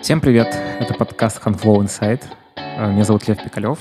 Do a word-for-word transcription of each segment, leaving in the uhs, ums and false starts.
Всем привет! Это подкаст Handflow Insight. Меня зовут Лев Пикалев.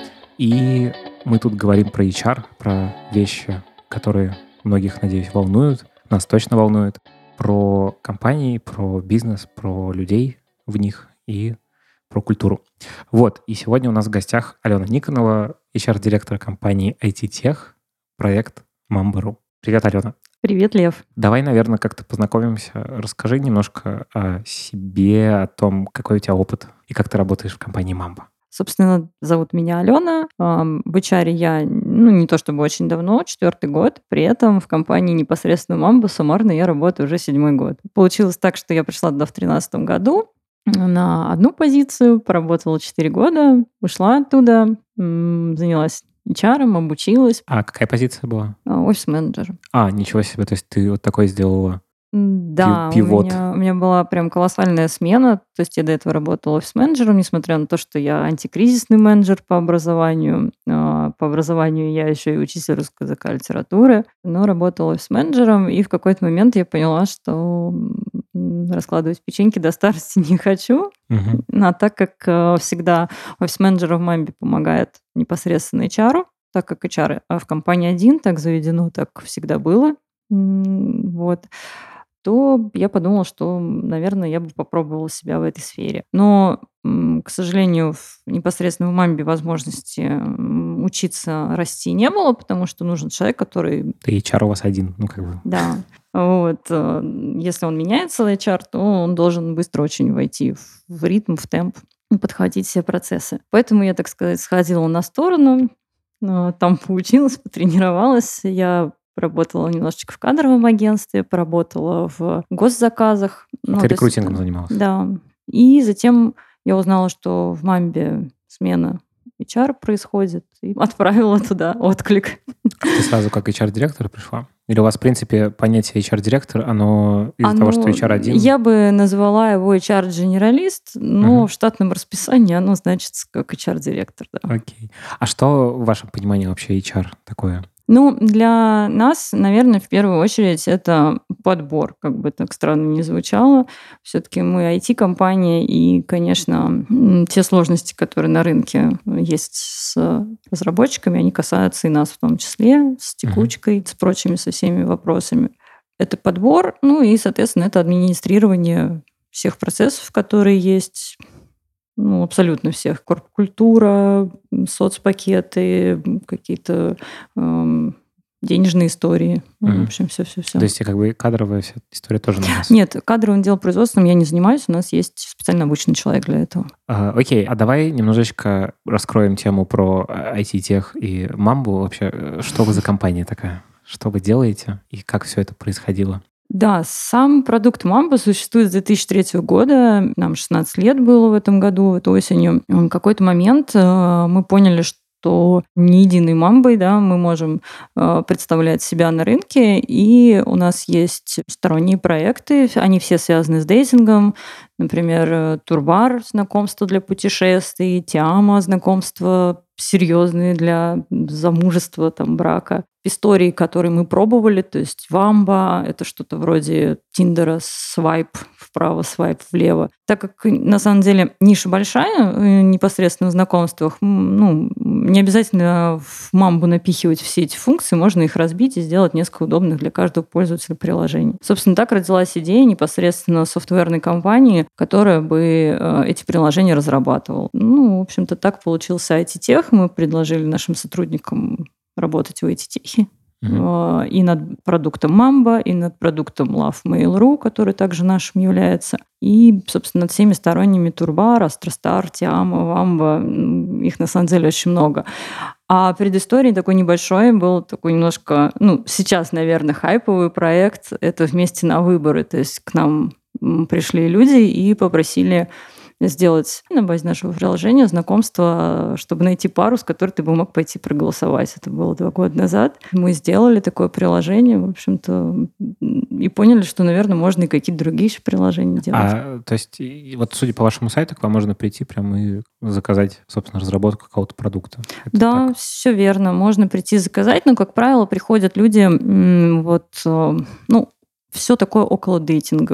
И мы тут говорим про эйч ар, про вещи, которые многих, надеюсь, волнуют, нас точно волнуют, про компании, про бизнес, про людей в них и про культуру. Вот, и сегодня у нас в гостях Алена Никонова, эйч ар-директор компании ай ти Tech, проект Mamba точка ру. Привет, Алена. Привет, Лев. Давай, наверное, как-то познакомимся. Расскажи немножко о себе, о том, какой у тебя опыт и как ты работаешь в компании Mamba. Собственно, зовут меня Алена. В эйч ар я, ну, не то чтобы очень давно, четвертый год. При этом в компании непосредственно Mamba суммарно я работаю уже седьмой год. Получилось так, что я пришла туда в тринадцатом году на одну позицию, поработала четыре года, ушла оттуда, занялась эйч ар, обучилась. А какая позиция была? Офис-менеджер. А, ничего себе, то есть ты вот такой сделала Да, пивот. У, меня, у меня была прям колоссальная смена. То есть я до этого работала офис-менеджером, несмотря на то, что я антикризисный менеджер по образованию. По образованию я еще и учитель русского языка и литературы, но работала офис-менеджером, и в какой-то момент я поняла, что раскладывать печеньки до старости не хочу. Угу. А так как всегда офис-менеджер в Mamba помогает непосредственно эйч ар, так как эйч ар в компании один, так заведено, так всегда было. Вот. То я подумала, что, наверное, я бы попробовала себя в этой сфере. Но, к сожалению, в непосредственно в Mamba возможности учиться, расти не было, потому что нужен человек, который... Ты эйч ар у вас один, ну как бы. Да. Вот. Если он меняется, эйч ар, то он должен быстро очень войти в ритм, в темп, подхватить все процессы. Поэтому я, так сказать, сходила на сторону, там поучилась, потренировалась. Я работала немножечко в кадровом агентстве, поработала в госзаказах. Ты ну, рекрутингом есть, занималась? Да. И затем я узнала, что в Mamba смена эйч ар происходит, и отправила туда отклик. Ты сразу как эйч ар-директор пришла? Или у вас, в принципе, понятие эйч ар-директор, оно из-за оно, того, что эйч ар один? Я бы назвала его эйч ар-генералист, но uh-huh. в штатном расписании оно значится как эйч ар-директор. Да. Окей. А что в вашем понимании вообще эйч ар такое? Ну, для нас, наверное, в первую очередь это подбор, как бы так странно ни звучало. Все-таки мы ай ти-компания, и, конечно, те сложности, которые на рынке есть с разработчиками, они касаются и нас в том числе, с текучкой, uh-huh. с прочими, со всеми вопросами. Это подбор, ну и, соответственно, это администрирование всех процессов, которые есть. Ну, абсолютно всех. Корпкультура, соцпакеты, какие-то эм, денежные истории. Ну, Mm. в общем, все-все-все. То есть как бы кадровая вся история тоже на вас? Нет, кадровым делом производством я не занимаюсь. У нас есть специально обученный человек для этого. А, окей, а давай немножечко раскроем тему про ай ти Tech и Mamba. Вообще, что вы за компания такая? Что вы делаете и как все это происходило? Да, сам продукт Mamba существует с две тысячи третьего года. Нам шестнадцать лет было в этом году, этой осенью. В какой-то момент мы поняли, что не единой Mamba, да, мы можем представлять себя на рынке, и у нас есть сторонние проекты, они все связаны с дейтингом. Например, Турбар, знакомство для путешествий, Тиама, знакомство серьезные для замужества, там, брака. Истории, которые мы пробовали, то есть Вамба, это что-то вроде Тиндера, свайп вправо, свайп влево. Так как, на самом деле, ниша большая непосредственно в знакомствах, ну, не обязательно в Мамбу напихивать все эти функции, можно их разбить и сделать несколько удобных для каждого пользователя приложений. Собственно, так родилась идея непосредственно софтверной компании, которая бы эти приложения разрабатывала. Ну, в общем-то, так получился ай ти Tech. Мы предложили нашим сотрудникам работать в ай ти Tech. Uh-huh. И над продуктом Mamba, и над продуктом Love Mail точка ру, который также нашим является. И, собственно, над всеми сторонними Турбар, Астростар, Тиама, Вамба. Их, на самом деле, очень много. А предысторией такой небольшой был такой немножко, ну, сейчас, наверное, хайповый проект. Это «Вместе на выборы». То есть к нам пришли люди и попросили сделать на базе нашего приложения знакомство, чтобы найти пару, с которой ты бы мог пойти проголосовать. Это было два года назад. Мы сделали такое приложение, в общем-то, и поняли, что, наверное, можно и какие-то другие еще приложения делать. А, то есть, вот судя по вашему сайту, к вам можно прийти прямо и заказать, собственно, разработку какого-то продукта. Это да, так? Все верно. Можно прийти заказать, но, как правило, приходят люди, вот, ну, все такое около дейтинговое.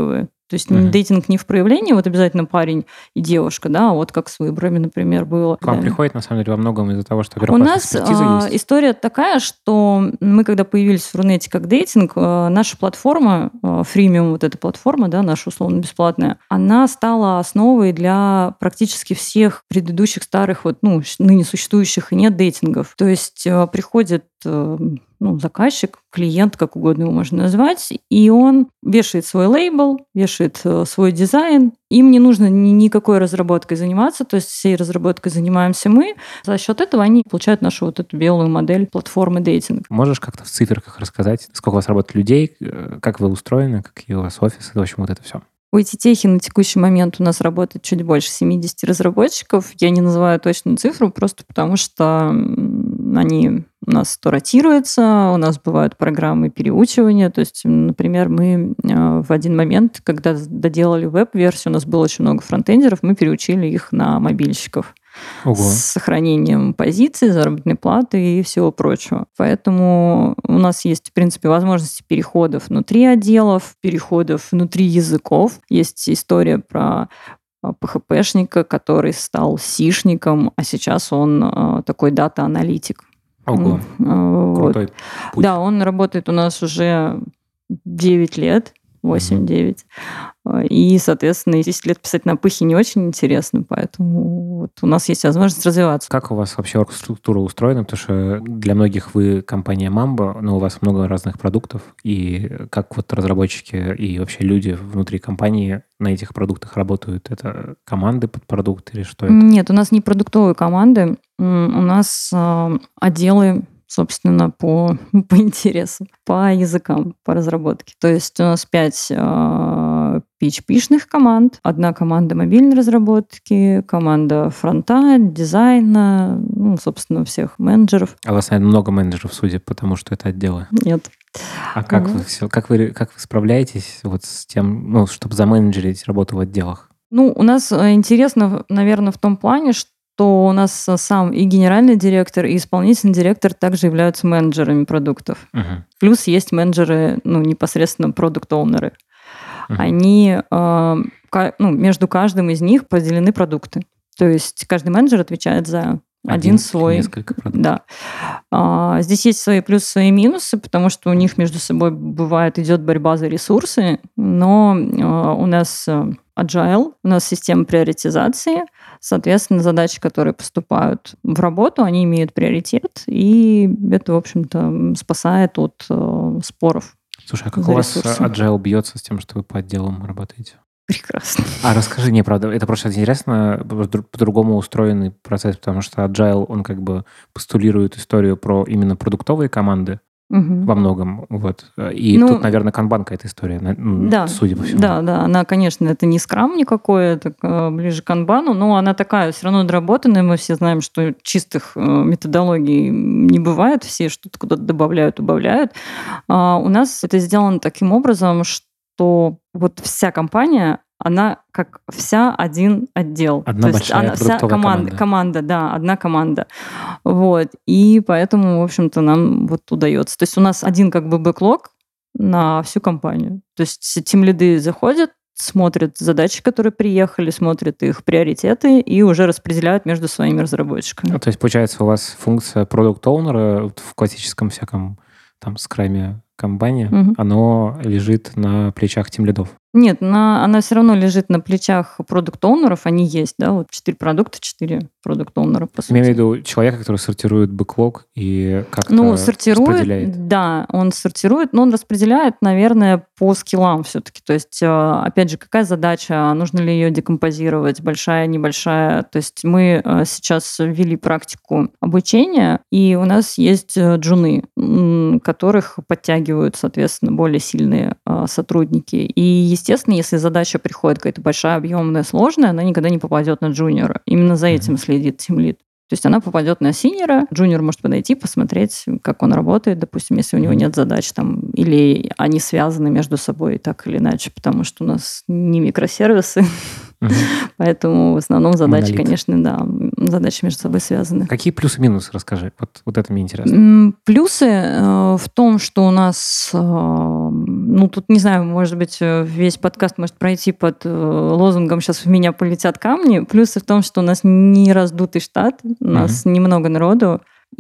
То есть Мгм. дейтинг не в проявлении, вот обязательно парень и девушка, да, а вот как с выборами, например, было. К вам Да. приходит, на самом деле, во многом из-за того, что, У во-первых, у вас нас экспертиза а, есть. история такая, что мы, когда появились в Рунете как дейтинг, а, наша платформа, а, фримиум, вот эта платформа, да, наша условно бесплатная, она стала основой для практически всех предыдущих старых, вот, ну, щ- ныне существующих и нет дейтингов. То есть а, приходит а, ну, заказчик, клиент, как угодно его можно назвать, и он вешает свой лейбл, вешает э, свой дизайн. Им не нужно ни- никакой разработкой заниматься, то есть всей разработкой занимаемся мы. За счет этого они получают нашу вот эту белую модель платформы дейтинг. Можешь как-то в циферках рассказать, сколько у вас работает людей, э, как вы устроены, какие у вас офисы, в общем, вот это все? У Ититехи на текущий момент у нас работает чуть больше семьдесят разработчиков. Я не называю точную цифру, просто потому что м, они у нас то ротируются, у нас бывают программы переучивания. То есть, м, например, мы э, в один момент, когда доделали веб-версию, у нас было очень много фронтендеров, мы переучили их на мобильщиков Ого. с сохранением позиций, заработной платы и всего прочего. Поэтому у нас есть, в принципе, возможности переходов внутри отделов, переходов внутри языков. Есть история про а, пэ хэ пэшника, который стал сишником, а сейчас он а, такой дата-аналитик. Ого. М, а, вот. Крутой путь. Да, он работает у нас уже девять лет, восемь-девять. И, соответственно, десять лет писать на пыхе не очень интересно, поэтому вот у нас есть возможность развиваться. Как у вас вообще структура устроена? Потому что для многих вы компания Mambo, но у вас много разных продуктов. И как вот разработчики и вообще люди внутри компании на этих продуктах работают? Это команды под продукт или что это? Нет, у нас не продуктовые команды, м, у нас а, отделы, собственно, по, по интересам, по языкам, по разработке. То есть у нас пять пи эйч пи-шных команд, одна команда мобильной разработки, команда фронта, дизайна, ну, собственно, всех менеджеров. А у вас, наверное, много менеджеров, судя по тому, что это отделы. Нет. А как, Ага. вы, все, как, вы, как вы справляетесь вот с тем, ну, чтобы заменеджерить работу в отделах? Ну, у нас э, интересно, наверное, в том плане, что у нас э, сам и генеральный директор, и исполнительный директор также являются менеджерами продуктов. Мгм. Плюс есть менеджеры, ну, непосредственно продукт-оунеры. Мгм. Они, э, ка- ну, между каждым из них поделены продукты. То есть каждый менеджер отвечает за один, или свой. несколько продуктов. Да. А, здесь есть свои плюсы, свои минусы, потому что у них между собой бывает идет борьба за ресурсы, но а, у нас э, agile, у нас система приоритизации, соответственно, задачи, которые поступают в работу, они имеют приоритет, и это, в общем-то, спасает от э, споров. Слушай, а как За у вас ресурсы. agile бьется с тем, что вы по отделам работаете? Прекрасно. А расскажи, не, правда, это просто интересно, по- по-другому устроенный процесс, потому что agile, он как бы постулирует историю про именно продуктовые команды Мгм. во многом, вот. И Ну, тут, наверное, канбанка эта история, на- м, Да, судя по всему. да, да, она, конечно, это не скрам никакой, это э, ближе к канбану, но она такая все равно доработанная. Мы все знаем, что чистых э, методологий не бывает, все что-то куда-то добавляют, убавляют. А у нас это сделано таким образом, что вот вся компания, она как вся один отдел. Одна То есть большая она, вся продуктовая команда, команда. команда, да, одна команда. Вот. И поэтому, в общем-то, нам вот удается. То есть у нас один как бы бэклог на всю компанию. То есть тимлиды заходят, смотрят задачи, которые приехали, смотрят их приоритеты и уже распределяют между своими разработчиками. Ну, то есть, получается, у вас функция продукт-оунера в классическом всяком там скраме камбане, Мгм. оно лежит на плечах тимлидов. Нет, на, она все равно лежит на плечах продукт-оунеров, они есть, да, вот четыре продукта, четыре продукт-оунера, по сути. Имею в виду человека, который сортирует бэклог и как-то Ну, сортирует, распределяет. да, он сортирует, но он распределяет, наверное, по скиллам все-таки. То есть, э, опять же, какая задача, нужно ли ее декомпозировать, большая, небольшая. То есть мы э, сейчас ввели практику обучения, и у нас есть э, джуны, м, которых подтягивают, соответственно, более сильные э, сотрудники. И, естественно, если задача приходит какая-то большая, объемная, сложная, она никогда не попадет на джуниора. Именно за этим Мгм. следит тимлид. То есть она попадет на синьора, джуниор может подойти, посмотреть, как он работает, допустим, если у него Мгм. нет задач там, или они связаны между собой так или иначе, потому что у нас не микросервисы, Мгм. поэтому в основном задачи, Монолит. конечно, да, м, задачи между собой связаны. Какие плюсы-минусы, расскажи. Вот, вот это мне интересно. М, Плюсы э, в том, что у нас э, ну, тут, не знаю, может быть, весь подкаст может пройти под лозунгом «Сейчас в меня полетят камни». Плюсы в том, что у нас не раздутый штат, у нас mm-hmm. немного народу,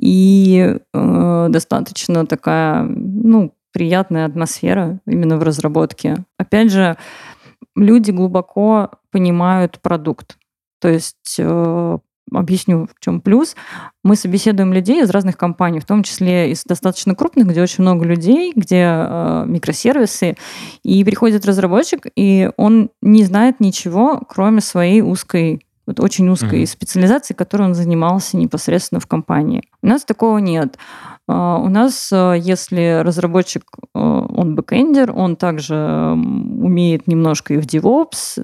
и э, достаточно такая, ну, приятная атмосфера именно в разработке. Опять же, люди глубоко понимают продукт. То есть... Э, Объясню, в чем плюс. Мы собеседуем людей из разных компаний, в том числе из достаточно крупных, где очень много людей, где э, микросервисы, и приходит разработчик, и он не знает ничего, кроме своей узкой, вот очень узкой mm-hmm. специализации, которой он занимался непосредственно в компании. У нас такого нет. Uh, у нас, uh, если разработчик, uh, он бэкэндер, он также uh, умеет немножко и в DevOps,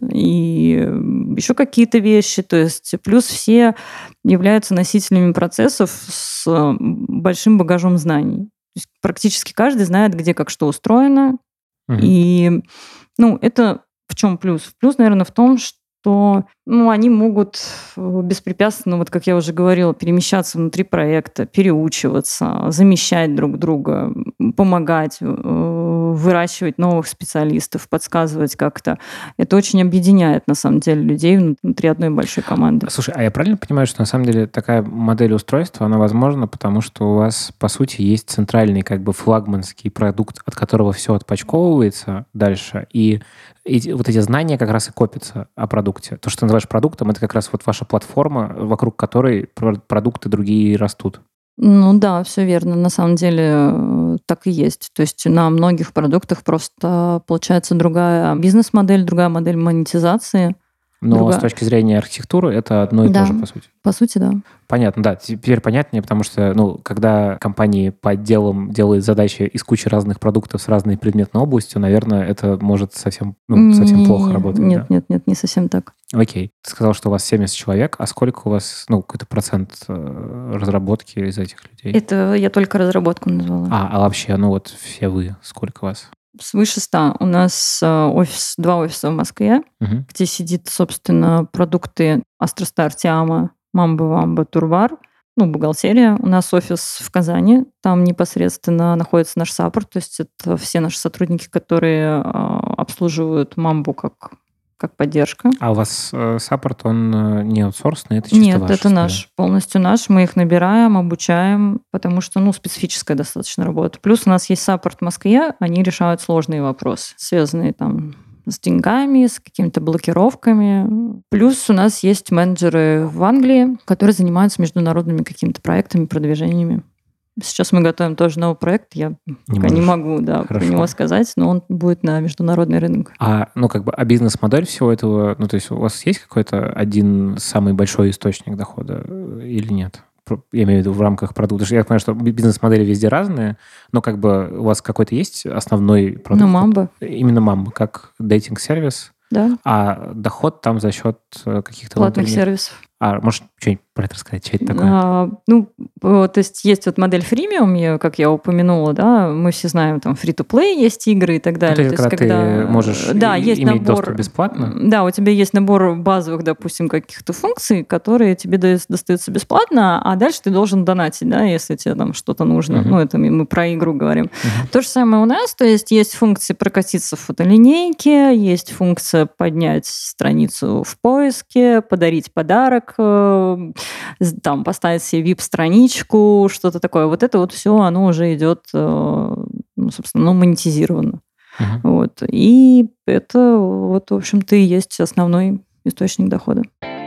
и еще какие-то вещи. То есть плюс все являются носителями процессов с uh, большим багажом знаний. То есть практически каждый знает, где как что устроено. Mm-hmm. И ну, это в чем плюс? Плюс, наверное, в том, что то ну, они могут беспрепятственно, вот как я уже говорила, перемещаться внутри проекта, переучиваться, замещать друг друга, помогать, выращивать новых специалистов, подсказывать как-то. Это очень объединяет, на самом деле, людей внутри одной большой команды. Слушай, а я правильно понимаю, что на самом деле такая модель устройства, она возможна, потому что у вас, по сути, есть центральный как бы флагманский продукт, от которого все отпочковывается дальше, и эти, вот эти знания как раз и копятся о продукте. То, что ты называешь продуктом, это как раз вот ваша платформа, вокруг которой продукты другие растут. Ну да, все верно. На самом деле так и есть. То есть на многих продуктах просто получается другая бизнес-модель, другая модель монетизации. Но другая... с точки зрения архитектуры это одно и да, то же, по сути. По сути, да. Понятно, да. Теперь понятнее, потому что, ну, когда компании по отделам делают задачи из кучи разных продуктов с разной предметной областью, наверное, это может совсем, ну, совсем не, плохо работать. Нет, да? нет, нет, не совсем так. Окей. Ты сказал, что у вас семьдесят человек, а сколько у вас, ну, какой-то процент разработки из этих людей? Это я только разработку назвала. А, а вообще, ну вот все вы, сколько вас? Свыше ста. У нас офис, два офиса в Москве, угу. где сидит, собственно, продукты Астростар, Тиама, Мамба, Вамба, Турбар, ну, бухгалтерия. У нас офис в Казани, там непосредственно находится наш саппорт, то есть это все наши сотрудники, которые обслуживают Мамбу как, как поддержка. А у вас э, саппорт, он э, не аутсорсный, это чисто Нет, ваш? Нет, это наш, полностью наш. Мы их набираем, обучаем, потому что, ну, специфическая достаточно работа. Плюс у нас есть саппорт в Москве, они решают сложные вопросы, связанные там с деньгами, с какими-то блокировками. Плюс у нас есть менеджеры в Англии, которые занимаются международными какими-то проектами, продвижениями. Сейчас мы готовим тоже новый проект. Я не пока можешь. не могу да, про него сказать, но он будет на международный рынок. А, ну, как бы, а бизнес-модель всего этого, ну, то есть у вас есть какой-то один самый большой источник дохода или нет? Я имею в виду в рамках продукта. Я понимаю, что бизнес-модели везде разные, но как бы у вас какой-то есть основной продукт? Ну, Мамба. Именно Мамба, как дейтинг-сервис? Да. А доход там за счет каких-то... Платных сервисов. А, может, что-нибудь про это рассказать? Что это такое? А, ну, то есть есть вот модель фримиум, как я упомянула, да, мы все знаем, там, free-to-play есть игры и так далее. Ну, то есть, то когда, есть, когда ты можешь да, и- есть иметь набор, доступ бесплатно? Да, у тебя есть набор базовых, допустим, каких-то функций, которые тебе достаются бесплатно, а дальше ты должен донатить, да, если тебе там что-то нужно. Uh-huh. Ну, это мы про игру говорим. Uh-huh. То же самое у нас, то есть есть функции прокатиться в фотолинейке, есть функция поднять страницу в поиске, подарить подарок, там, поставить себе ви ай пи-страничку, что-то такое. Вот это вот все, оно уже идет, ну, собственно, ну, монетизировано. Uh-huh. Вот. И это, вот, в общем-то, и есть основной источник дохода.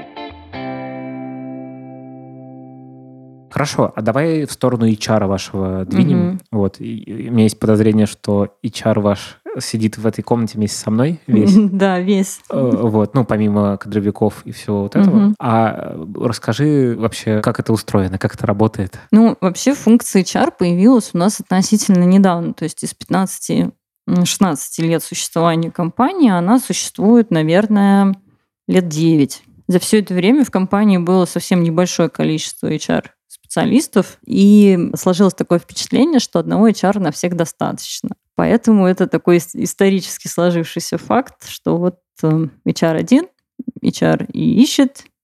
Хорошо, а давай в сторону эйч ар вашего двинем. Uh-huh. Вот. И у меня есть подозрение, что эйч ар ваш сидит в этой комнате вместе со мной весь. Да, весь. Вот, ну, помимо кадровиков и всего вот этого. Uh-huh. А расскажи вообще, как это устроено, как это работает? Ну, вообще функция эйч ар появилась у нас относительно недавно. То есть из пятнадцати-шестнадцати лет существования компании она существует, наверное, лет девять. За все это время в компании было совсем небольшое количество эйч ар специалистов, и сложилось такое впечатление, что одного эйч ар на всех достаточно. Поэтому это такой исторически сложившийся факт, что вот эйч ар один, эйч ар и ищет,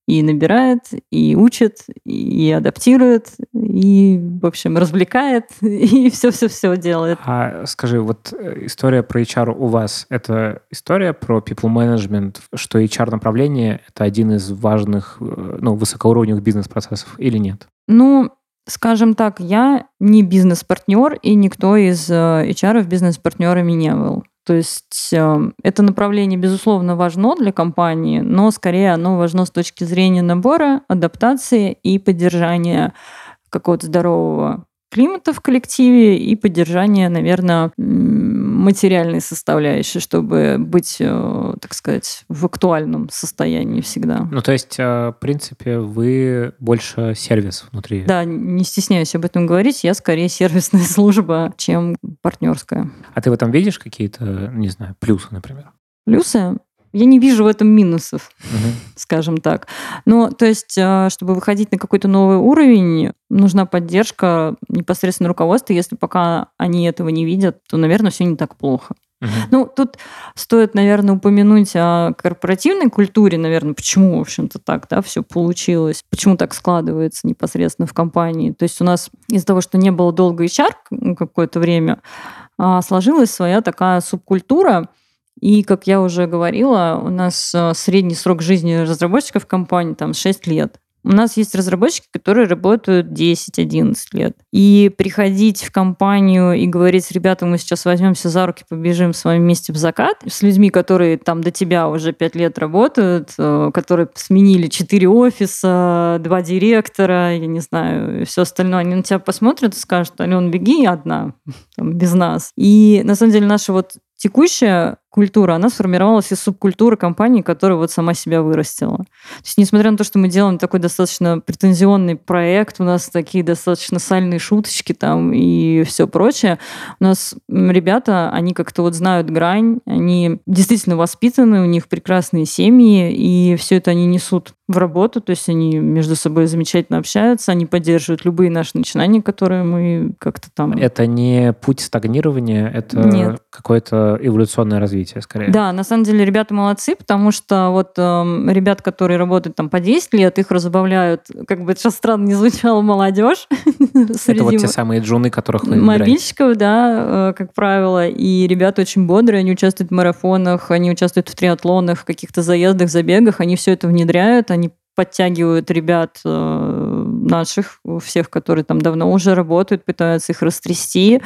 и набирает, и учит, и адаптирует, и, в общем, развлекает, и все-все-все делает. А скажи, вот история про эйч ар у вас — это история про people management, что эйч ар-направление — это один из важных, ну, высокоуровневых бизнес-процессов или нет? Ну, скажем так, я не бизнес-партнер, и никто из эйч ар бизнес-партнерами не был. То есть э, это направление, безусловно, важно для компании, но скорее оно важно с точки зрения набора, адаптации и поддержания какого-то здорового климата в коллективе и поддержания, наверное, материальной составляющей, чтобы быть, э, так сказать, в актуальном состоянии всегда. Ну, то есть, э, в принципе, вы больше сервис внутри. Да, не стесняюсь об этом говорить. Я скорее сервисная служба, чем партнерская. А ты в этом видишь какие-то, не знаю, плюсы, например? Плюсы? Я не вижу в этом минусов, Мгм. скажем так. Но, то есть, э, чтобы выходить на какой-то новый уровень, нужна поддержка непосредственно руководства. Если пока они этого не видят, то, наверное, все не так плохо. Мгм. Ну, тут стоит, наверное, упомянуть о корпоративной культуре, наверное, почему, в общем-то, так, да, все получилось, почему так складывается непосредственно в компании. То есть у нас из-за того, что не было долго эйч ар ну, какое-то время, а, сложилась своя такая субкультура. И, как я уже говорила, у нас э, средний срок жизни разработчиков в компании там шесть лет. У нас есть разработчики, которые работают десять-одиннадцать лет. И приходить в компанию и говорить: ребята, мы сейчас возьмемся за руки, побежим с вами вместе в закат, с людьми, которые там до тебя уже пять лет работают, э, которые сменили четыре офиса, два директора, я не знаю, и все остальное, они на тебя посмотрят и скажут: Ален, беги одна, там, без нас. И на самом деле наша вот текущая культура, она сформировалась из субкультуры компании, которая вот сама себя вырастила. То есть, несмотря на то, что мы делаем такой достаточно претензионный проект, у нас такие достаточно сальные шуточки там и все прочее, у нас ребята, они как-то вот знают грань, они действительно воспитаны, у них прекрасные семьи, и все это они несут в работу, то есть они между собой замечательно общаются, они поддерживают любые наши начинания, которые мы как-то там... Это не путь стагнирования, это Нет. какое-то эволюционное развитие, скорее. Да, на самом деле ребята молодцы, потому что вот э, ребят, которые работают там по десять лет, их разобавляют, как бы это сейчас странно не звучало, молодежь. Это вот те самые джуны, которых вы выбираете. Мобильщиков, да, э, как правило. И ребята очень бодрые, они участвуют в марафонах, они участвуют в триатлонах, в каких-то заездах, забегах, они все это внедряют, они подтягивают ребят э, наших, всех, которые там давно уже работают, пытаются их растрясти.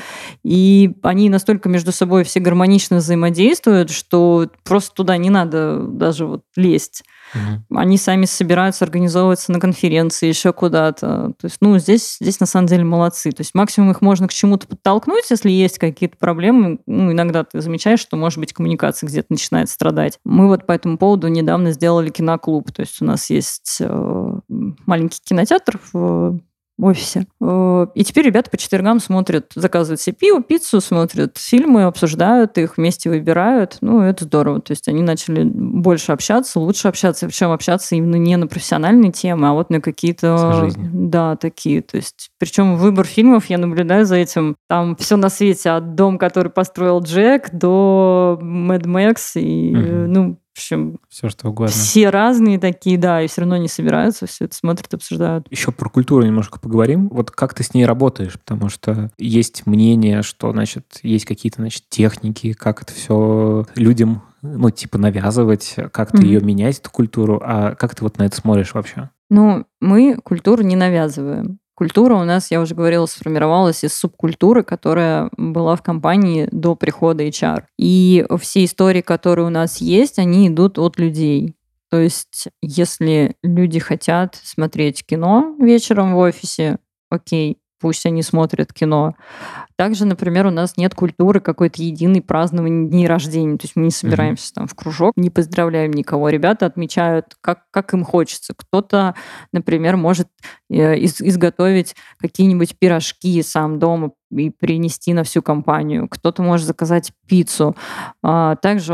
И они настолько между собой все гармонично взаимодействуют, что просто туда не надо даже вот лезть. Угу. Они сами собираются организовываться на конференции, еще куда-то. То есть, ну, здесь, здесь на самом деле молодцы. То есть максимум их можно к чему-то подтолкнуть, если есть какие-то проблемы. Ну, иногда ты замечаешь, что, может быть, коммуникация где-то начинает страдать. Мы вот по этому поводу недавно сделали киноклуб. То есть у нас есть э, маленький кинотеатр в в офисе. И теперь ребята по четвергам смотрят, заказывают себе пиво, пиццу, смотрят фильмы, обсуждают их, вместе выбирают. Ну, это здорово. То есть они начали больше общаться, лучше общаться. Причем общаться именно не на профессиональные темы, а вот на какие-то... Да, такие. То есть, причем выбор фильмов, я наблюдаю за этим. Там все на свете. От «Дом, который построил Джек» до «Мэд Мэкс». И, угу. ну, в общем, все что угодно. Все разные такие, да, и все равно не собираются, все это смотрят, обсуждают. Еще про культуру немножко поговорим. Вот как ты с ней работаешь? Потому что есть мнение, что, значит, есть какие-то, значит, техники, как это все людям, ну, типа, навязывать, как-то mm-hmm. ее менять, эту культуру. А как ты вот на это смотришь вообще? Ну, мы культуру не навязываем. Культура у нас, я уже говорила, сформировалась из субкультуры, которая была в компании до прихода эйч ар. И все истории, которые у нас есть, они идут от людей. То есть, если люди хотят смотреть кино вечером в офисе, окей, пусть они смотрят кино. Также, например, у нас нет культуры какой-то единой празднования дней рождения. То есть мы не собираемся mm-hmm. там в кружок, не поздравляем никого. Ребята отмечают, как, как им хочется. Кто-то, например, может из, изготовить какие-нибудь пирожки сам дома и принести на всю компанию. Кто-то может заказать пиццу. Также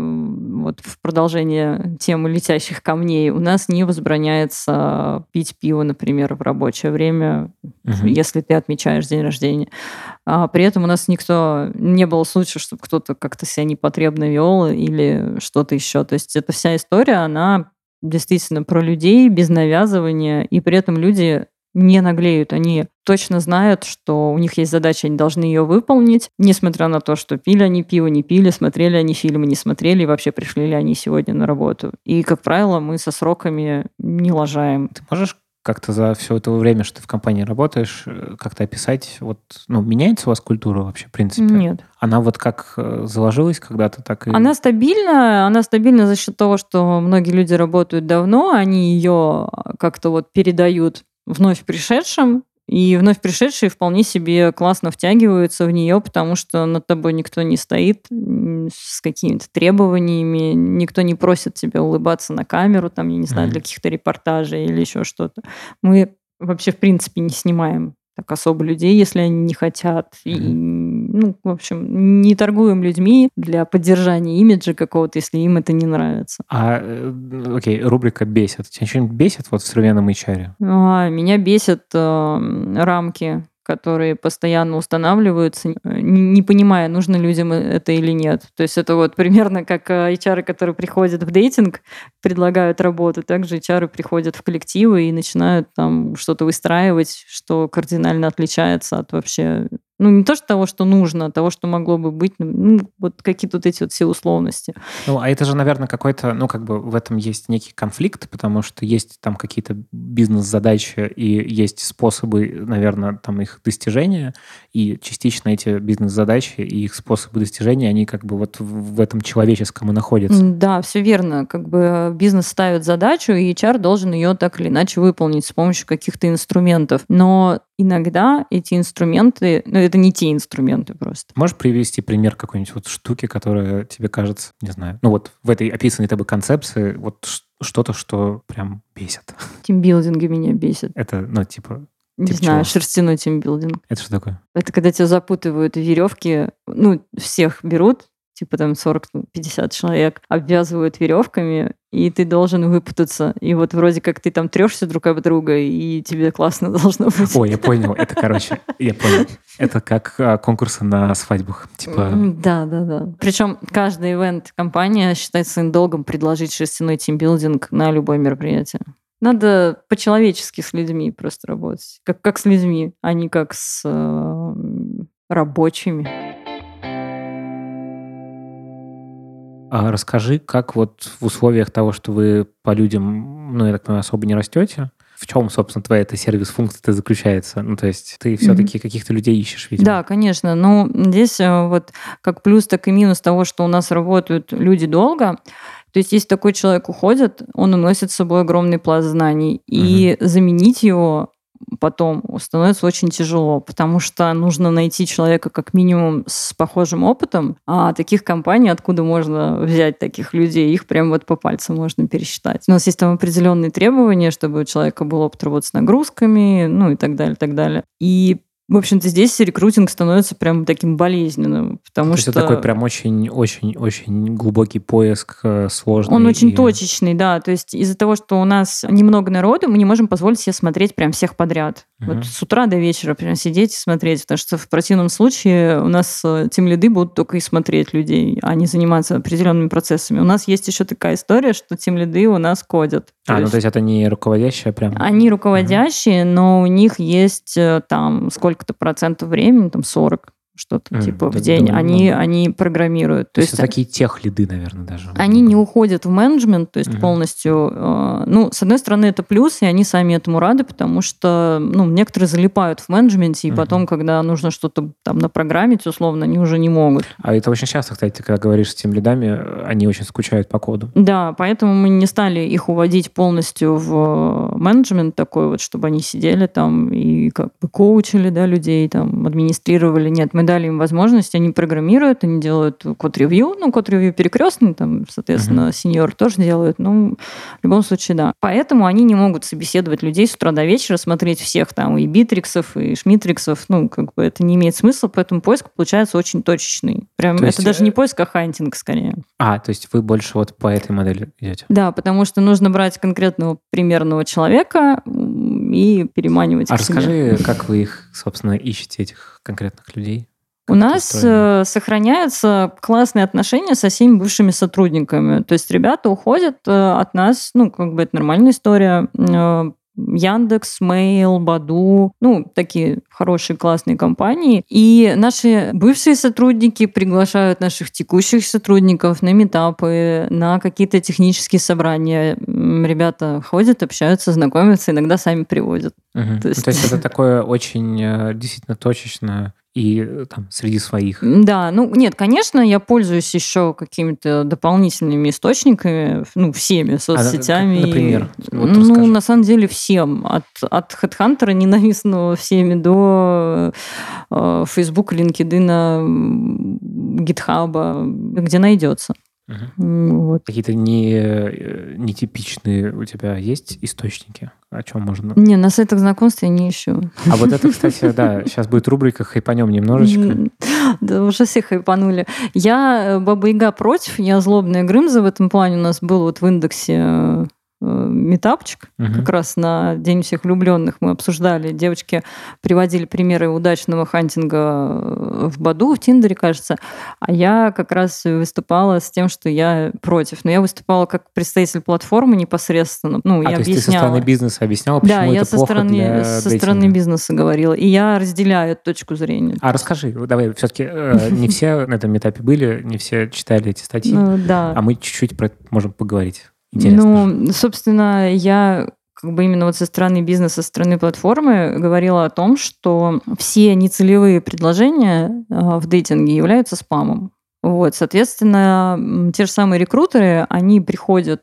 вот в продолжение темы летящих камней у нас не возбраняется пить пиво, например, в рабочее время, mm-hmm. если ты отмечаешь день рождения. А при этом у нас никто не было случая, чтобы кто-то как-то себя непотребно вел или что-то еще. То есть эта вся история, она действительно про людей, без навязывания, и при этом люди не наглеют. Они точно знают, что у них есть задача, они должны ее выполнить, несмотря на то, что пили они пиво, не пили, смотрели они фильмы, не смотрели, и вообще пришли ли они сегодня на работу. И, как правило, мы со сроками не лажаем. Ты можешь как-то за все это время, что ты в компании работаешь, как-то описать, вот, ну, меняется у вас культура вообще, в принципе? Нет. Она вот как заложилась когда-то, так и... Она стабильна, она стабильна за счет того, что многие люди работают давно, они ее как-то вот передают вновь пришедшим, и вновь пришедшие вполне себе классно втягиваются в нее, потому что над тобой никто не стоит с какими-то требованиями, никто не просит тебя улыбаться на камеру, там, я не знаю, для каких-то репортажей или еще что-то. Мы вообще, в принципе, не снимаем так особо людей, если они не хотят. И, ну, в общем, не торгуем людьми для поддержания имиджа какого-то, если им это не нравится. А, окей, рубрика «Бесит». Тебя что-нибудь бесит вот в современном эйч ар? А, меня бесят э, рамки, которые постоянно устанавливаются, не, не понимая, нужно людям это или нет. То есть это вот примерно как эйч ар, которые приходят в дейтинг, предлагают работу, также эйч ар приходят в коллективы и начинают там что-то выстраивать, что кардинально отличается от вообще... Ну, не то, что того, что нужно, а того, что могло бы быть, ну, вот какие-то вот эти вот все условности. Ну, а это же, наверное, какой-то, ну, как бы в этом есть некий конфликт, потому что есть там какие-то бизнес-задачи и есть способы, наверное, там их достижения, и частично эти бизнес-задачи и их способы достижения, они как бы вот в этом человеческом и находятся. Да, все верно. Как бы бизнес ставит задачу, и эйч ар должен ее так или иначе выполнить с помощью каких-то инструментов. Но иногда эти инструменты, ну, это не те инструменты просто. Можешь привести пример какой-нибудь вот штуки, которая тебе кажется, не знаю, ну вот в этой описанной тобой концепции вот что-то, что прям бесит? Тимбилдинги меня бесят. Это, ну, типа... Не типа знаю, чего? шерстяной тимбилдинг. Это что такое? Это когда тебя запутывают в веревки, ну, всех берут, типа там сорок-пятьдесят человек, обвязывают веревками, и ты должен выпутаться. И вот вроде как ты там трешься друг об друга, и тебе классно должно быть. Ой, я понял. Это, короче, я понял. Это как а, конкурсы на свадьбах. Типа... Да, да, да. Причем каждая ивент-компания считает своим долгом предложить шерстяной тимбилдинг на любое мероприятие. Надо по-человечески с людьми просто работать. Как, как с людьми, а не как с э, рабочими. А расскажи, как вот в условиях того, что вы по людям, ну, я так понимаю, особо не растете, в чем, собственно, твоя эта сервис-функция заключается? Ну, то есть ты все-таки mm-hmm. каких-то людей ищешь, видимо. Да, конечно. Но здесь вот как плюс, так и минус того, что у нас работают люди долго. То есть если такой человек уходит, он уносит с собой огромный пласт знаний. И mm-hmm. заменить его потом становится очень тяжело, потому что нужно найти человека как минимум с похожим опытом, а таких компаний, откуда можно взять таких людей, их прям вот по пальцам можно пересчитать. У нас есть там определенные требования, чтобы у человека был опыт работы с нагрузками, ну и так далее, так далее. И в общем-то, здесь рекрутинг становится прям таким болезненным, потому То что... есть это такой прям очень-очень-очень глубокий поиск, сложный. Он очень и... точечный, да. То есть из-за того, что у нас немного народу, мы не можем позволить себе смотреть прям всех подряд. Uh-huh. Вот с утра до вечера прям сидеть и смотреть, потому что в противном случае у нас тимлиды будут только и смотреть людей, а не заниматься определенными процессами. У нас есть еще такая история, что тимлиды у нас кодят. А, то ну то есть это не руководящие прям? Они руководящие, uh-huh. но у них есть там сколько то процентов времени, там сорок, что-то mm, типа в день, они, они программируют. То, то есть это такие техлиды, наверное, даже. Они не уходят в менеджмент, то есть mm-hmm. полностью. Э, ну, с одной стороны, это плюс, и они сами этому рады, потому что ну, некоторые залипают в менеджменте, и mm-hmm. потом, когда нужно что-то там напрограммить, условно, они уже не могут. А это очень часто, кстати, когда говоришь с тимлидами, они очень скучают по коду. Да, поэтому мы не стали их уводить полностью в менеджмент такой вот, чтобы они сидели там и как бы коучили, да, людей, там, администрировали. Нет, мы дали им возможность, они программируют, они делают код-ревью, ну, код-ревью перекрестный, там, соответственно, uh-huh. сеньор тоже делают, ну, в любом случае, да. Поэтому они не могут собеседовать людей с утра до вечера, смотреть всех там, и битриксов, и шмитриксов, ну, как бы это не имеет смысла, поэтому поиск получается очень точечный. Прям то это есть... даже не поиск, а хантинг скорее. А, то есть вы больше вот по этой модели идете? Да, потому что нужно брать конкретного примерного человека и переманивать а к себе. А расскажи, как вы их, собственно, ищете, этих конкретных людей? У нас устроено? Сохраняются классные отношения со всеми бывшими сотрудниками. То есть ребята уходят от нас, ну, как бы это нормальная история. Яндекс, Мейл, Баду, ну, такие хорошие, классные компании. И наши бывшие сотрудники приглашают наших текущих сотрудников на митапы, на какие-то технические собрания. Ребята ходят, общаются, знакомятся, иногда сами приводят. Угу. То есть... То есть это такое очень действительно точечное и там среди своих. Да, ну нет, конечно, я пользуюсь еще какими-то дополнительными источниками, ну, всеми соцсетями. А, например? Вот ну, расскажи. На самом деле всем. От, от HeadHunter ненавистного всеми до э, Facebook, LinkedIn, GitHub, где найдется. Угу. Вот. Какие-то не, нетипичные у тебя есть источники? О чем можно? Не, на сайтах знакомств я не ищу. А вот это, кстати, да, сейчас будет рубрика «Хайпанем немножечко». Да, уже все хайпанули. Я Баба-Яга против, я злобная Грымза в этом плане. У нас был вот в индексе митапчик, угу. как раз на День всех влюбленных мы обсуждали. Девочки приводили примеры удачного хантинга в Баду, в Тиндере, кажется. А я как раз выступала с тем, что я против. Но я выступала как представитель платформы непосредственно. Ну, а, я то объясняла. есть ты со стороны бизнеса объясняла, почему да, это я плохо со стороны, для со дейтинга? стороны бизнеса говорила. И я разделяю эту точку зрения. А расскажи, давай, все-таки э, не все на этом митапе были, не все читали эти статьи. Ну, да. А мы чуть-чуть про это можем поговорить. Интересно. Ну, собственно, я как бы именно вот со стороны бизнеса, со стороны платформы говорила о том, что все нецелевые предложения в дейтинге являются спамом. Вот, соответственно, те же самые рекрутеры, они приходят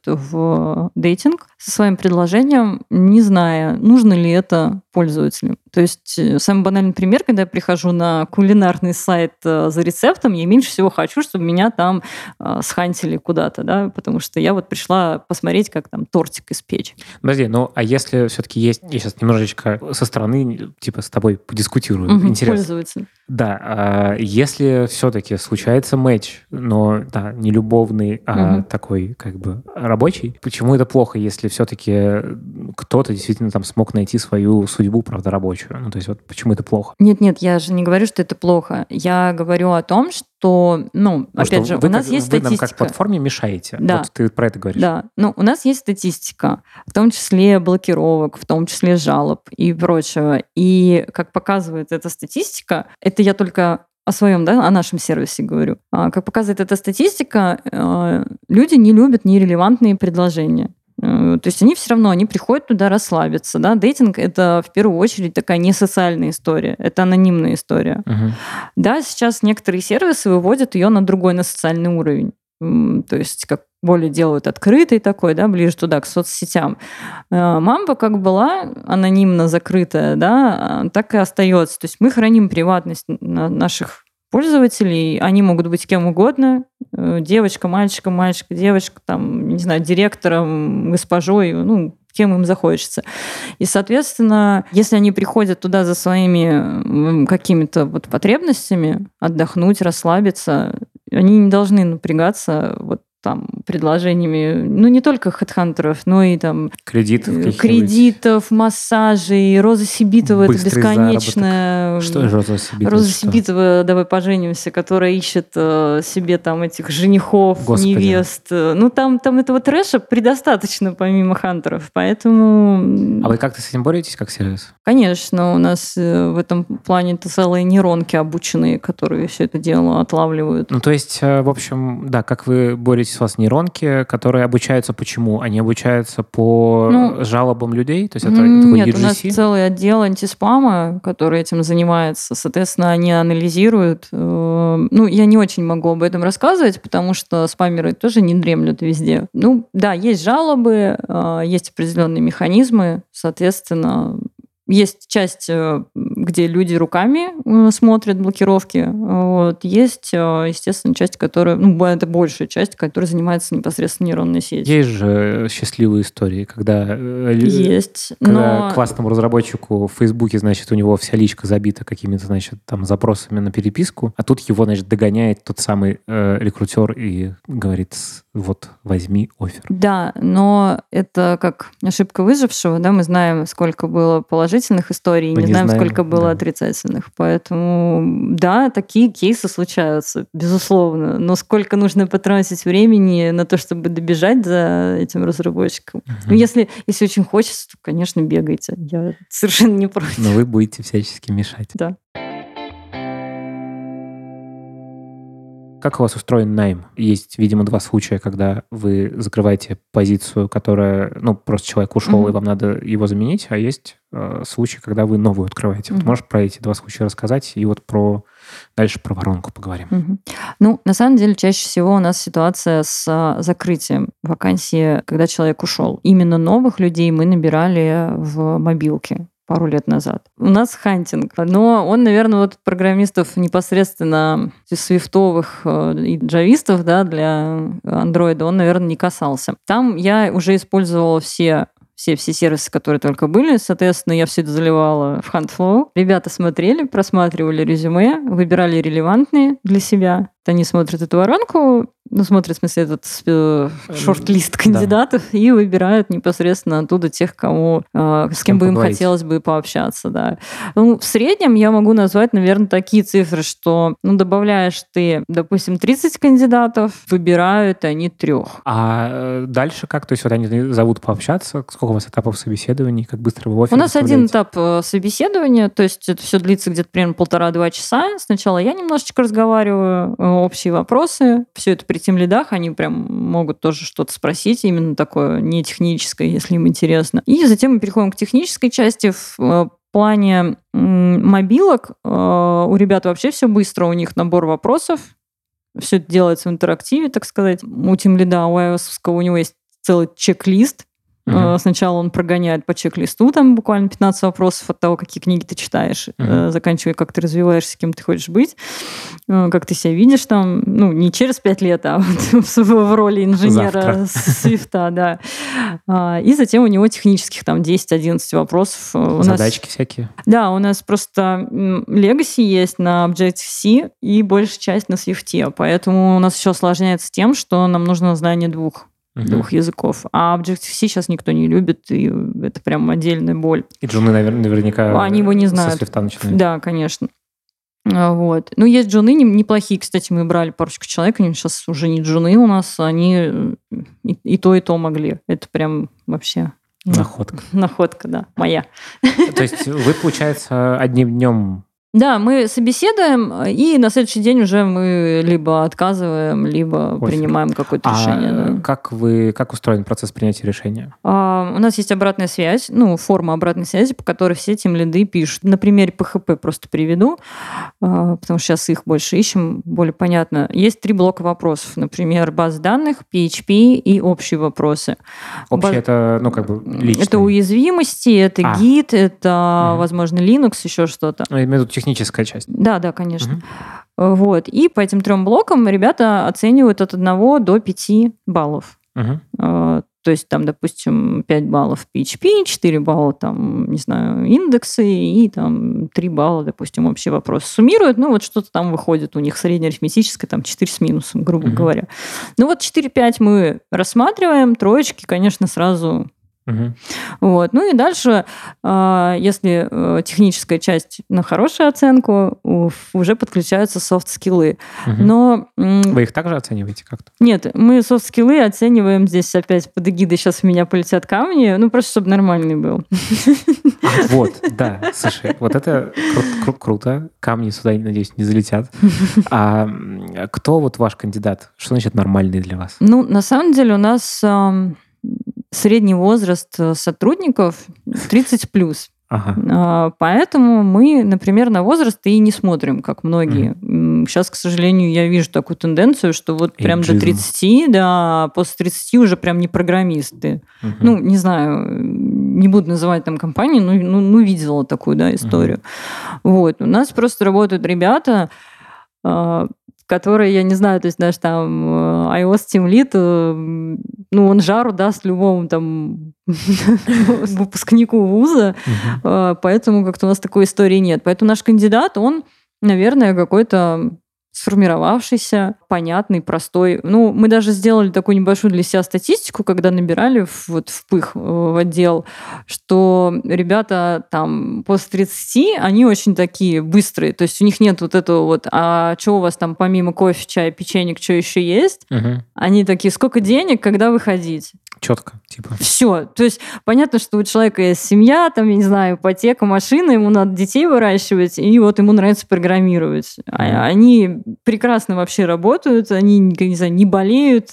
в дейтинг со своим предложением, не зная, нужно ли это пользователю. То есть самый банальный пример, когда я прихожу на кулинарный сайт за рецептом, я меньше всего хочу, чтобы меня там схантили куда-то, да, потому что я вот пришла посмотреть, как там тортик испечь. Подожди, ну а если все-таки есть, я сейчас немножечко со стороны, типа, с тобой подискутирую, угу, интересно. Пользователь. Да, а если все-таки случается матч, но да, не любовный, а угу. такой как бы рабочий, почему это плохо, если все-таки кто-то действительно там смог найти свою судьбу, правда, рабочую? Ну, то есть вот почему это плохо? Нет-нет, я же не говорю, что это плохо. Я говорю о том, что, ну, ну опять же, вы у нас как, есть вы статистика. Вы нам как платформе мешаете. Да. Вот ты про это говоришь. Да. Ну, у нас есть статистика, в том числе блокировок, в том числе жалоб и прочего. И, как показывает эта статистика, это я только о своем, да, о нашем сервисе говорю. Как показывает эта статистика, люди не любят нерелевантные предложения. То есть они все равно, они приходят туда расслабиться. Да? Дейтинг — это в первую очередь такая не социальная история, это анонимная история. Uh-huh. Да, сейчас некоторые сервисы выводят ее на другой, на социальный уровень. То есть как более делают открытый такой, да, ближе туда, к соцсетям. Мамба как была анонимно закрытая, да, так и остается. То есть мы храним приватность наших пользователей, они могут быть кем угодно, девочка, мальчика, мальчик, девочка, там, не знаю, директором, госпожой, ну, кем им захочется. И, соответственно, если они приходят туда за своими какими-то вот потребностями, отдохнуть, расслабиться, они не должны напрягаться вот там предложениями, ну, не только хедхантеров, но и там кредитов, кредитов, массажей. Роза Сибитова — это бесконечная... Что же Роза Сибитова? Роза Сибитова, давай поженимся, которая ищет э, себе там этих женихов, Господи. невест. Ну, там, там этого трэша предостаточно, помимо хантеров, поэтому... А вы как-то с этим боретесь, как сервис? Конечно, у нас в этом плане целые нейронки обученные, которые все это дело отлавливают. Ну, то есть, в общем, да, как вы боретесь, у вас нейронки, которые обучаются почему? Они обучаются по ну, жалобам людей? То есть это нет, такой ю джи си? У нас целый отдел антиспама, который этим занимается. Соответственно, они анализируют. Ну, я не очень могу об этом рассказывать, потому что спамеры тоже не дремлют везде. Ну, да, есть жалобы, есть определенные механизмы, соответственно, есть часть, где люди руками смотрят блокировки. Вот. Есть, естественно, часть, которая... Ну, это большая часть, которая занимается непосредственно нейронной сетью. Есть же счастливые истории, когда... Есть, когда но... классному разработчику в Фейсбуке, значит, у него вся личка забита какими-то, значит, там, запросами на переписку, а тут его, значит, догоняет тот самый э, рекрутер и говорит, вот, возьми оффер. Да, но это как ошибка выжившего, да, мы знаем, сколько было положительных историй, мы не, не знаем, знаем, сколько было было Да. отрицательных. Поэтому, да, такие кейсы случаются, безусловно. Но сколько нужно потратить времени на то, чтобы добежать за этим разработчиком? Мгм. Ну, если, если очень хочется, то, конечно, бегайте. Я совершенно не против. Но вы будете всячески мешать. Да. Как у вас устроен найм? Есть, видимо, два случая, когда вы закрываете позицию, которая, ну, просто человек ушел, Мгм. и вам надо его заменить, а есть э, случай, когда вы новую открываете. Вот Мгм. можешь про эти два случая рассказать, и вот про дальше про воронку поговорим. Мгм. Ну, на самом деле, чаще всего у нас ситуация с а, закрытием вакансии, когда человек ушел. Именно новых людей мы набирали в мобилке пару лет назад. У нас хантинг, но он, наверное, вот программистов непосредственно свифтовых э, и джавистов, да, для андроида, он, наверное, не касался. Там я уже использовала все все, все сервисы, которые только были. Соответственно, я все это заливала в HuntFlow. Ребята смотрели, просматривали резюме, выбирали релевантные для себя. Они смотрят эту воронку, ну, смотрят, в смысле, этот э, шорт-лист кандидатов да. и выбирают непосредственно оттуда тех, кому, э, с, с кем бы поговорить. Им хотелось бы пообщаться. Да. Ну, в среднем я могу назвать, наверное, такие цифры, что ну, добавляешь ты, допустим, тридцать кандидатов, выбирают они трех. А дальше как? То есть вот они зовут пообщаться? Сколько у вас этапов собеседований? Как быстро вы в офис У нас один этап собеседования, то есть это все длится где-то примерно полтора-два часа. Сначала я немножечко разговариваю, общие вопросы. Все это при тимлидах, они прям могут тоже что-то спросить, именно такое не техническое, если им интересно. И затем мы переходим к технической части. В плане мобилок у ребят вообще все быстро, у них набор вопросов. Все это делается в интерактиве, так сказать. У тимлида, у iOS-овского, у него есть целый чек-лист. Uh-huh. Сначала он прогоняет по чек-листу, там буквально пятнадцать вопросов от того, какие книги ты читаешь, uh-huh. заканчивая, как ты развиваешься, кем ты хочешь быть, как ты себя видишь там, ну, не через пять лет, а вот в роли инженера свифта, да. И затем у него технических там десять-одиннадцать вопросов. У Задачки нас... всякие? Да, у нас просто Legacy есть на Objective-C и большая часть на Swift, поэтому у нас еще осложняется тем, что нам нужно знание двух двух языков. А Objective-C сейчас никто не любит, и это прям отдельная боль. И джуны, наверное, наверняка Они его не знают. Со свифта начинают. Да, конечно. Вот. Ну, есть джуны неплохие. Кстати, мы брали парочку человек, они сейчас уже не джуны у нас, они и, и то, и то могли. Это прям вообще... Находка. Находка, да, моя. То есть вы, получается, одним днем... Да, мы собеседуем, и на следующий день уже мы либо отказываем, либо Офиг. принимаем какое-то а решение. Да. Как, вы, как устроен процесс принятия решения? А, у нас есть обратная связь, ну, форма обратной связи, по которой все тимлиды пишут. На примере пи эйч пи просто приведу, а, потому что сейчас их больше ищем, более понятно. Есть три блока вопросов. Например, база данных, пи эйч пи и общие вопросы. Общие Баз... это, ну, как бы личные? Это уязвимости, это а. гид, это, угу. возможно, Linux, еще что-то. Я имею в виду техническая часть. Да, да, конечно. Угу. Вот. И по этим трем блокам ребята оценивают от одного до пяти баллов. Угу. То есть там, допустим, пять баллов пи эйч пи, четыре балла там, не знаю, индексы и там три балла, допустим, общий вопрос. Суммируют, ну вот что-то там выходит у них среднеарифметическое, там четыре с минусом, грубо угу. говоря. Ну вот четыре-пять мы рассматриваем, троечки, конечно, сразу... Угу. Вот. Ну и дальше, если техническая часть на хорошую оценку, уже подключаются софт-скиллы. Угу. Но... Вы их также оцениваете как-то? Нет, мы софт-скиллы оцениваем здесь опять под эгидой «сейчас в меня полетят камни», ну просто чтобы нормальный был. А, вот, да, слушай, вот это кру- кру- круто. Камни сюда, надеюсь, не залетят. А кто вот ваш кандидат? Что значит нормальный для вас? Ну, на самом деле у нас... средний возраст сотрудников тридцать плюс. Ага. Поэтому мы, например, на возраст и не смотрим, как многие. Mm-hmm. Сейчас, к сожалению, я вижу такую тенденцию, что вот прям Эйджизм. До тридцати, да, после тридцати уже прям не программисты. Mm-hmm. Ну, не знаю, не буду называть там компании, но ну, ну, видела такую, да, историю. Mm-hmm. Вот. У нас просто работают ребята, которые, я не знаю, то есть, знаешь, там iOS Team Lead, ну, он жару даст любому там выпускнику вуза, uh-huh. поэтому как-то у нас такой истории нет. Поэтому наш кандидат, он, наверное, какой-то сформировавшийся, понятный, простой. Ну, мы даже сделали такую небольшую для себя статистику, когда набирали в, вот в ПЫХ в отдел, что ребята там после тридцати, они очень такие быстрые, то есть у них нет вот этого вот, а что у вас там помимо кофе, чая, печенек, что еще есть? Угу. Они такие, сколько денег, когда выходить? Четко, типа. Все. То есть понятно, что у человека есть семья, там, я не знаю, ипотека, машина, ему надо детей выращивать, и вот ему нравится программировать. Mm-hmm. Они прекрасно вообще работают, они, не знаю, не болеют,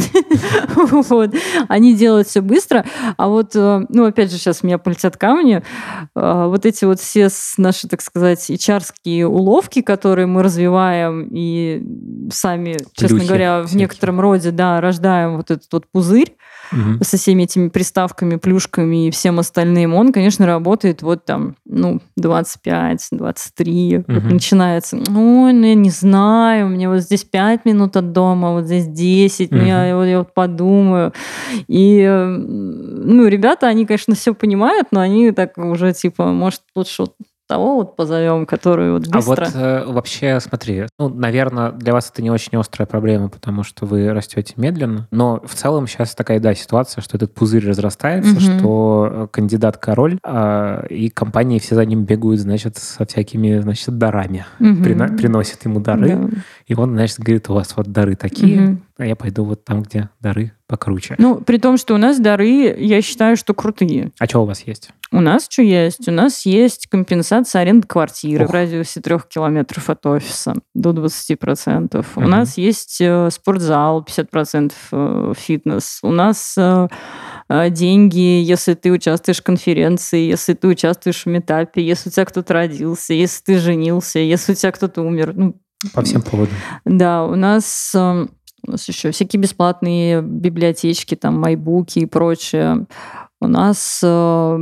вот. Они делают все быстро. А вот, ну, опять же, сейчас меня полетят камни. Вот эти вот все наши, так сказать, эйч ар-ские уловки, которые мы развиваем и сами, честно Плюхи говоря, в всякие. некотором роде, да, рождаем вот этот вот пузырь, угу. со всеми этими приставками, плюшками и всем остальным, он, конечно, работает вот там, ну, двадцать пять двадцать три угу. вот начинается. Ой, ну, я не знаю, мне вот здесь пять минут от дома, вот здесь десять, угу. ну, я, вот, я вот подумаю. И, ну, ребята, они, конечно, все понимают, но они так уже, типа, может, лучше вот того вот позовем, который вот быстро... А вот э, вообще, смотри, ну, наверное, для вас это не очень острая проблема, потому что вы растете медленно, но в целом сейчас такая, да, ситуация, что этот пузырь разрастается, угу. что кандидат король, э, и компании все за ним бегают, значит, со всякими, значит, дарами. Угу. Прина- приносят ему дары, да. И он, значит, говорит, у вас вот дары такие, угу. а я пойду вот там, где дары покруче. Ну, при том, что у нас дары, я считаю, что крутые. А что у вас есть? У нас что есть? У нас есть компенсация аренды квартиры Ох. в радиусе трех километров от офиса до двадцати процентов. Угу. У нас есть э, спортзал пятьдесят процентов э, фитнес. У нас э, э, деньги, если ты участвуешь в конференции, если ты участвуешь в митапе, если у тебя кто-то родился, если ты женился, если у тебя кто-то умер. Ну, по всем поводам. Да, у нас... Э, У нас еще всякие бесплатные библиотечки, там, майбуки и прочее. У нас э,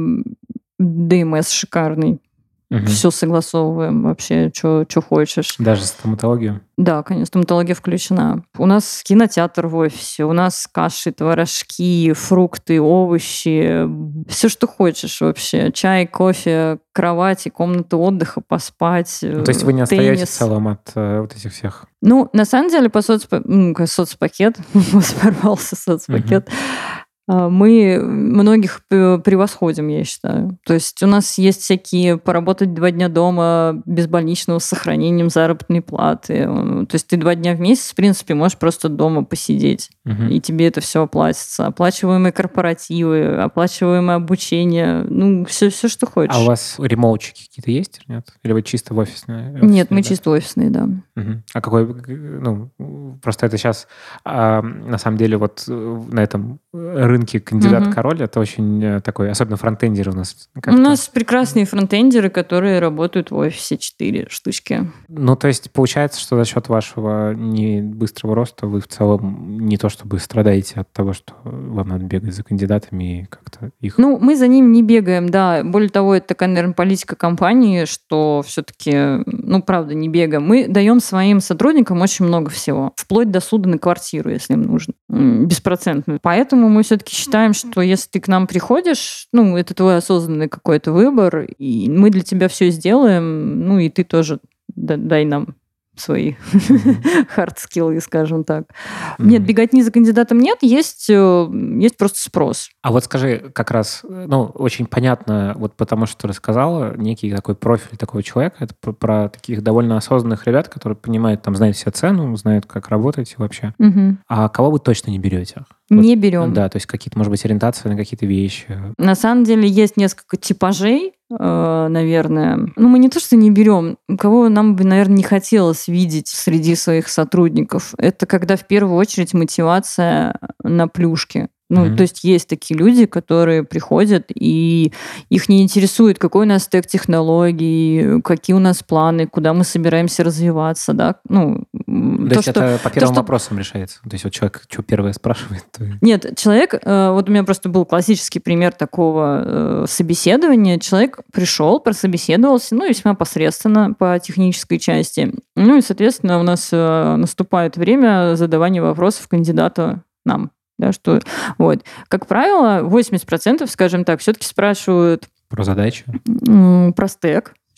ди эм эс шикарный. Угу. Все согласовываем вообще, что хочешь. Даже стоматологию? Да, конечно, стоматология включена. У нас кинотеатр в офисе, у нас каши, творожки, фрукты, овощи, все, что хочешь вообще. Чай, кофе, кровати, комната отдыха, поспать, ну, то есть вы не отстаете в целом от э, вот этих всех? Ну, на самом деле, по соцпа... ну, соцпакет, порвался соцпакет, uh-huh. мы многих превосходим, я считаю. То есть у нас есть всякие поработать два дня дома без больничного с сохранением заработной платы. То есть ты два дня в месяц, в принципе, можешь просто дома посидеть, uh-huh. и тебе это все оплатится. Оплачиваемые корпоративы, оплачиваемое обучение, ну, все, все, что хочешь. А у вас ремоутчики какие-то есть или нет? Или вы чисто в офисные? офисные нет, мы да? чисто офисные, да. Uh-huh. А какой, ну, просто это сейчас, а, на самом деле, вот на этом рынке кандидат-король, угу. это очень такой, особенно фронтендеры у нас. У нас прекрасные фронтендеры, которые работают в офисе, четыре штучки. Ну, то есть получается, что за счет вашего не быстрого роста вы в целом не то чтобы страдаете от того, что вам надо бегать за кандидатами и как-то их... Ну, мы за ними не бегаем, да. Более того, это такая, наверное, политика компании, что все-таки, ну, правда, не бегаем. Мы даем своим сотрудникам очень много всего, вплоть до суда на квартиру, если им нужно, беспроцентно. Поэтому мы все-таки считаем, что если ты к нам приходишь, ну, это твой осознанный какой-то выбор, и мы для тебя все сделаем, ну, и ты тоже дай нам свои хард-скиллы, скажем так. Mm-hmm. Нет, беготни за кандидатом нет, есть, есть просто спрос. А вот скажи, как раз, ну, очень понятно, вот потому что ты рассказала, некий такой профиль такого человека, это про, про таких довольно осознанных ребят, которые понимают, там, знают все цену, знают, как работаете вообще. Mm-hmm. А кого вы точно не берете? Не вот, берем. Да, то есть какие-то, может быть, ориентации на какие-то вещи. На самом деле есть несколько типажей, наверное. Ну, мы не то, что не берем, кого нам бы, наверное, не хотелось видеть среди своих сотрудников. Это когда в первую очередь мотивация на плюшки. Ну, mm-hmm. то есть есть такие люди, которые приходят, и их не интересует, какой у нас стек технологий, какие у нас планы, куда мы собираемся развиваться, да. Ну, то, то есть что, это по первым то, вопросам что... решается? То есть вот человек что первое спрашивает? То... Нет, человек... Вот у меня просто был классический пример такого собеседования. Человек пришел, прособеседовался, ну, весьма посредственно по технической части. Ну, и, соответственно, у нас наступает время задавания вопросов кандидату нам. Да, что, вот. Как правило, восемьдесят процентов, скажем так, все-таки спрашивают... Про задачу? Про стек.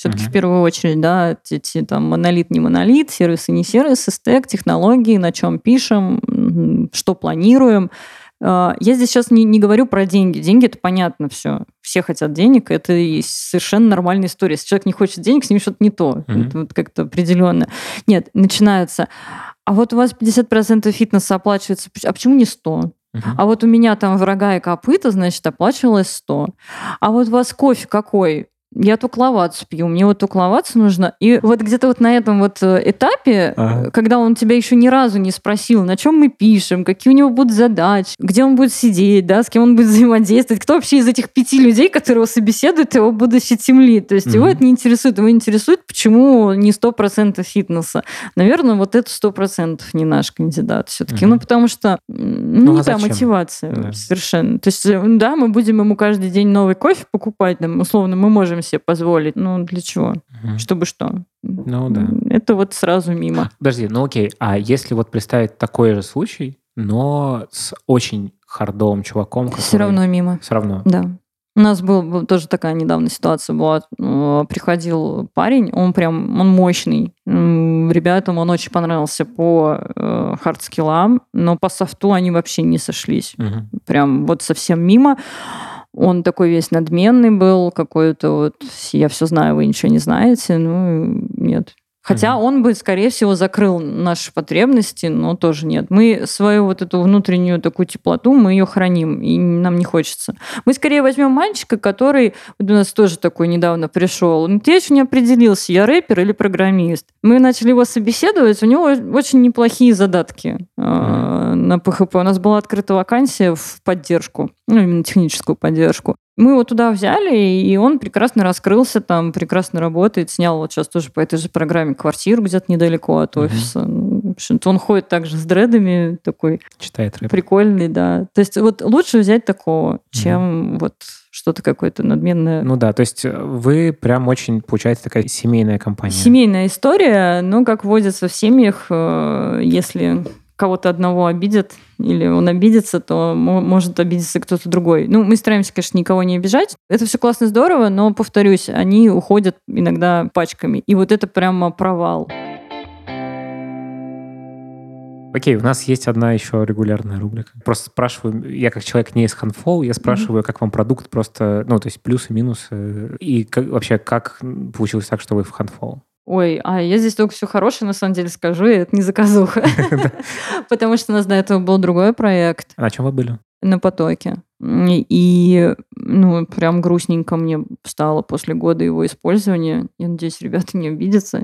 Все-таки Мгм. в первую очередь, да, эти там монолит, не монолит, сервисы, не сервисы, стек, технологии, на чем пишем, м, что планируем. А, Я здесь сейчас не, не говорю про деньги. Деньги — это понятно все. Все хотят денег, это и совершенно нормальная история. Если человек не хочет денег, с ним что-то не то. Мгм. Это вот как-то определенно. Нет, начинается. А вот у вас пятьдесят процентов фитнеса оплачивается, а почему не сто? Мгм. А вот у меня там врага и копыта, значит, оплачивалось сто. А вот у вас кофе какой? Я только лавацу пью, мне вот только лавацу нужно. И вот где-то вот на этом вот э, этапе, Ага. э, когда он тебя еще ни разу не спросил, на чем мы пишем, какие у него будут задачи, где он будет сидеть, да, с кем он будет взаимодействовать, кто вообще из этих пяти людей, которые его собеседуют, его будущий тимлид. То есть его Мгм. это не интересует. Его интересует, почему не сто процентов фитнеса. Наверное, вот это сто процентов не наш кандидат все-таки. Мгм. Ну, потому что м, Ну, не а та зачем? мотивация Да. совершенно. То есть, э, да, мы будем ему каждый день новый кофе покупать, там, условно, мы можем себе позволить. Ну, для чего? Мгм. Чтобы что? Ну да. Это вот сразу мимо. Подожди, ну окей, а если вот представить такой же случай, но с очень хардовым чуваком, Все который... равно мимо. Все равно. Да. У нас был, был тоже такая недавно ситуация была. Э, Приходил парень, он прям, он мощный. М, Ребятам он очень понравился по э, хардскиллам, но по софту они вообще не сошлись. Мгм. Прям вот совсем мимо. Он такой весь надменный был, какой-то вот, я все знаю, вы ничего не знаете. Ну, нет. Хотя Мгм. он бы, скорее всего, закрыл наши потребности, но тоже нет. Мы свою вот эту внутреннюю такую теплоту, мы ее храним, и нам не хочется. Мы скорее возьмем мальчика, который вот у нас тоже такой недавно пришел. Он я еще не определился, я рэпер или программист. Мы начали его собеседовать, у него очень неплохие задатки э, на пэ хэ пэ. У нас была открыта вакансия в поддержку, ну, именно техническую поддержку. Мы его туда взяли, и он прекрасно раскрылся там, прекрасно работает. Снял вот сейчас тоже по этой же программе квартиру где-то недалеко от Мгм. офиса. Ну, в общем-то, он ходит также с дредами, такой Читает рэп. прикольный, да. То есть вот лучше взять такого, чем вот что-то какое-то надменное. Ну да, то есть э, вы прям очень, получается, такая семейная компания. Семейная история, но, как водится в семьях, э, если кого-то одного обидят или он обидится, то мо- может обидеться кто-то другой. Ну, мы стараемся, конечно, никого не обижать. Это все классно, здорово, но, повторюсь, они уходят иногда пачками. И вот это прямо провал. Окей, у нас есть одна еще регулярная рубрика. Просто спрашиваю, я как человек не из Handful, я спрашиваю, как вам продукт просто, ну, то есть плюсы, минусы, и как- вообще, как получилось так, что вы в Handful? Ой, а я здесь только все хорошее, на самом деле, скажу, и это не заказуха. Потому что у нас до этого был другой проект А на чем вы были? на потоке. И, ну, прям грустненько мне стало после года его использования. Я надеюсь, ребята не обидятся.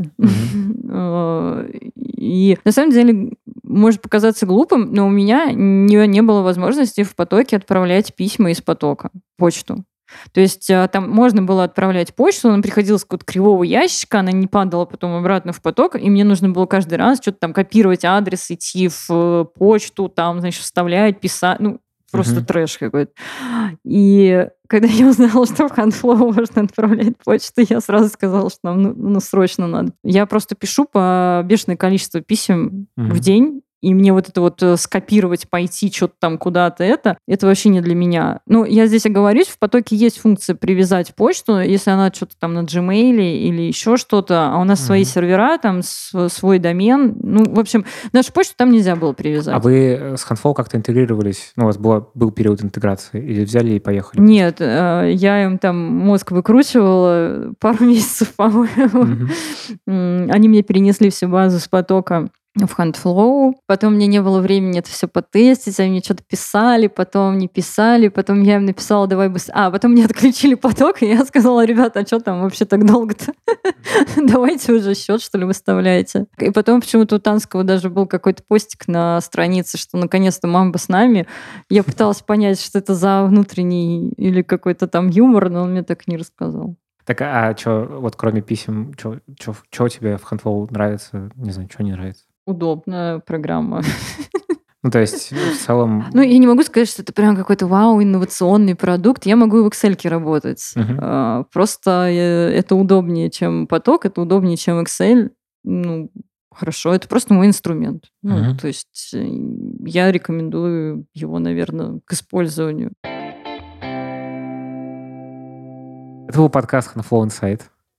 Э, И на самом деле может показаться глупым, но у меня не, не было возможности в потоке отправлять письма из потока, почту. То есть а, там можно было отправлять почту, она приходила с какого-то кривого ящика, она не падала потом обратно в поток, и мне нужно было каждый раз что-то там копировать адрес, идти в э, почту, там, значит, вставлять, писать, ну, просто Мгм. трэш какой-то. И когда я узнала, что в Handflow можно отправлять почту, я сразу сказала, что нам ну, ну, срочно надо. Я просто пишу по бешеное количество писем Мгм. в день, и мне вот это вот э, скопировать, пойти что-то там куда-то это, это вообще не для меня. Ну, я здесь оговорюсь, в потоке есть функция привязать почту, если она что-то там на Gmail или еще что-то, а у нас свои Мгм. сервера, там с- свой домен. Ну, в общем, нашу почту там нельзя было привязать. А вы э, с Handful как-то интегрировались? Ну, у вас была, был период интеграции? Или взяли и поехали? Нет, э, я им там мозг выкручивала пару месяцев, по-моему. Мгм. М, Они мне перенесли всю базу с потока в Handflow. Потом мне не было времени это все потестить, они мне что-то писали, потом не писали, потом я им написала, давай быстрее. А, потом мне отключили поток, и я сказала, ребята, а что там вообще так долго-то? Давайте уже счет, что ли, выставляете. И потом почему-то у Танского даже был какой-то постик на странице, что наконец-то мамба с нами. Я пыталась понять, что это за внутренний или какой-то там юмор, но он мне так и не рассказал. Так, а что, вот кроме писем, что тебе в Handful нравится? Не знаю, что не нравится? Удобная программа. Ну, то есть, в целом... Ну, я не могу сказать, что это прям какой-то вау, инновационный продукт. Я могу и в Excel работать. Мгм. А, Просто э, это удобнее, чем поток, это удобнее, чем Excel. Ну, хорошо, это просто мой инструмент. Ну, Мгм. то есть э, я рекомендую его, наверное, к использованию. Это был подкаст Handful Insight.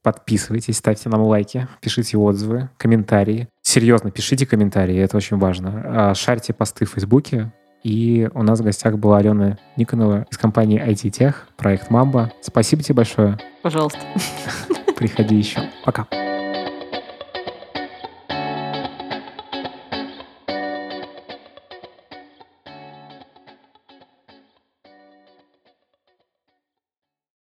Подписывайтесь, ставьте нам лайки, пишите отзывы, комментарии. Серьезно, пишите комментарии, это очень важно. А, Шарьте посты в Фейсбуке. И у нас в гостях была Алена Никонова из компании ай ти Tech, проект Mamba. Спасибо тебе большое. Пожалуйста. Приходи еще. Пока.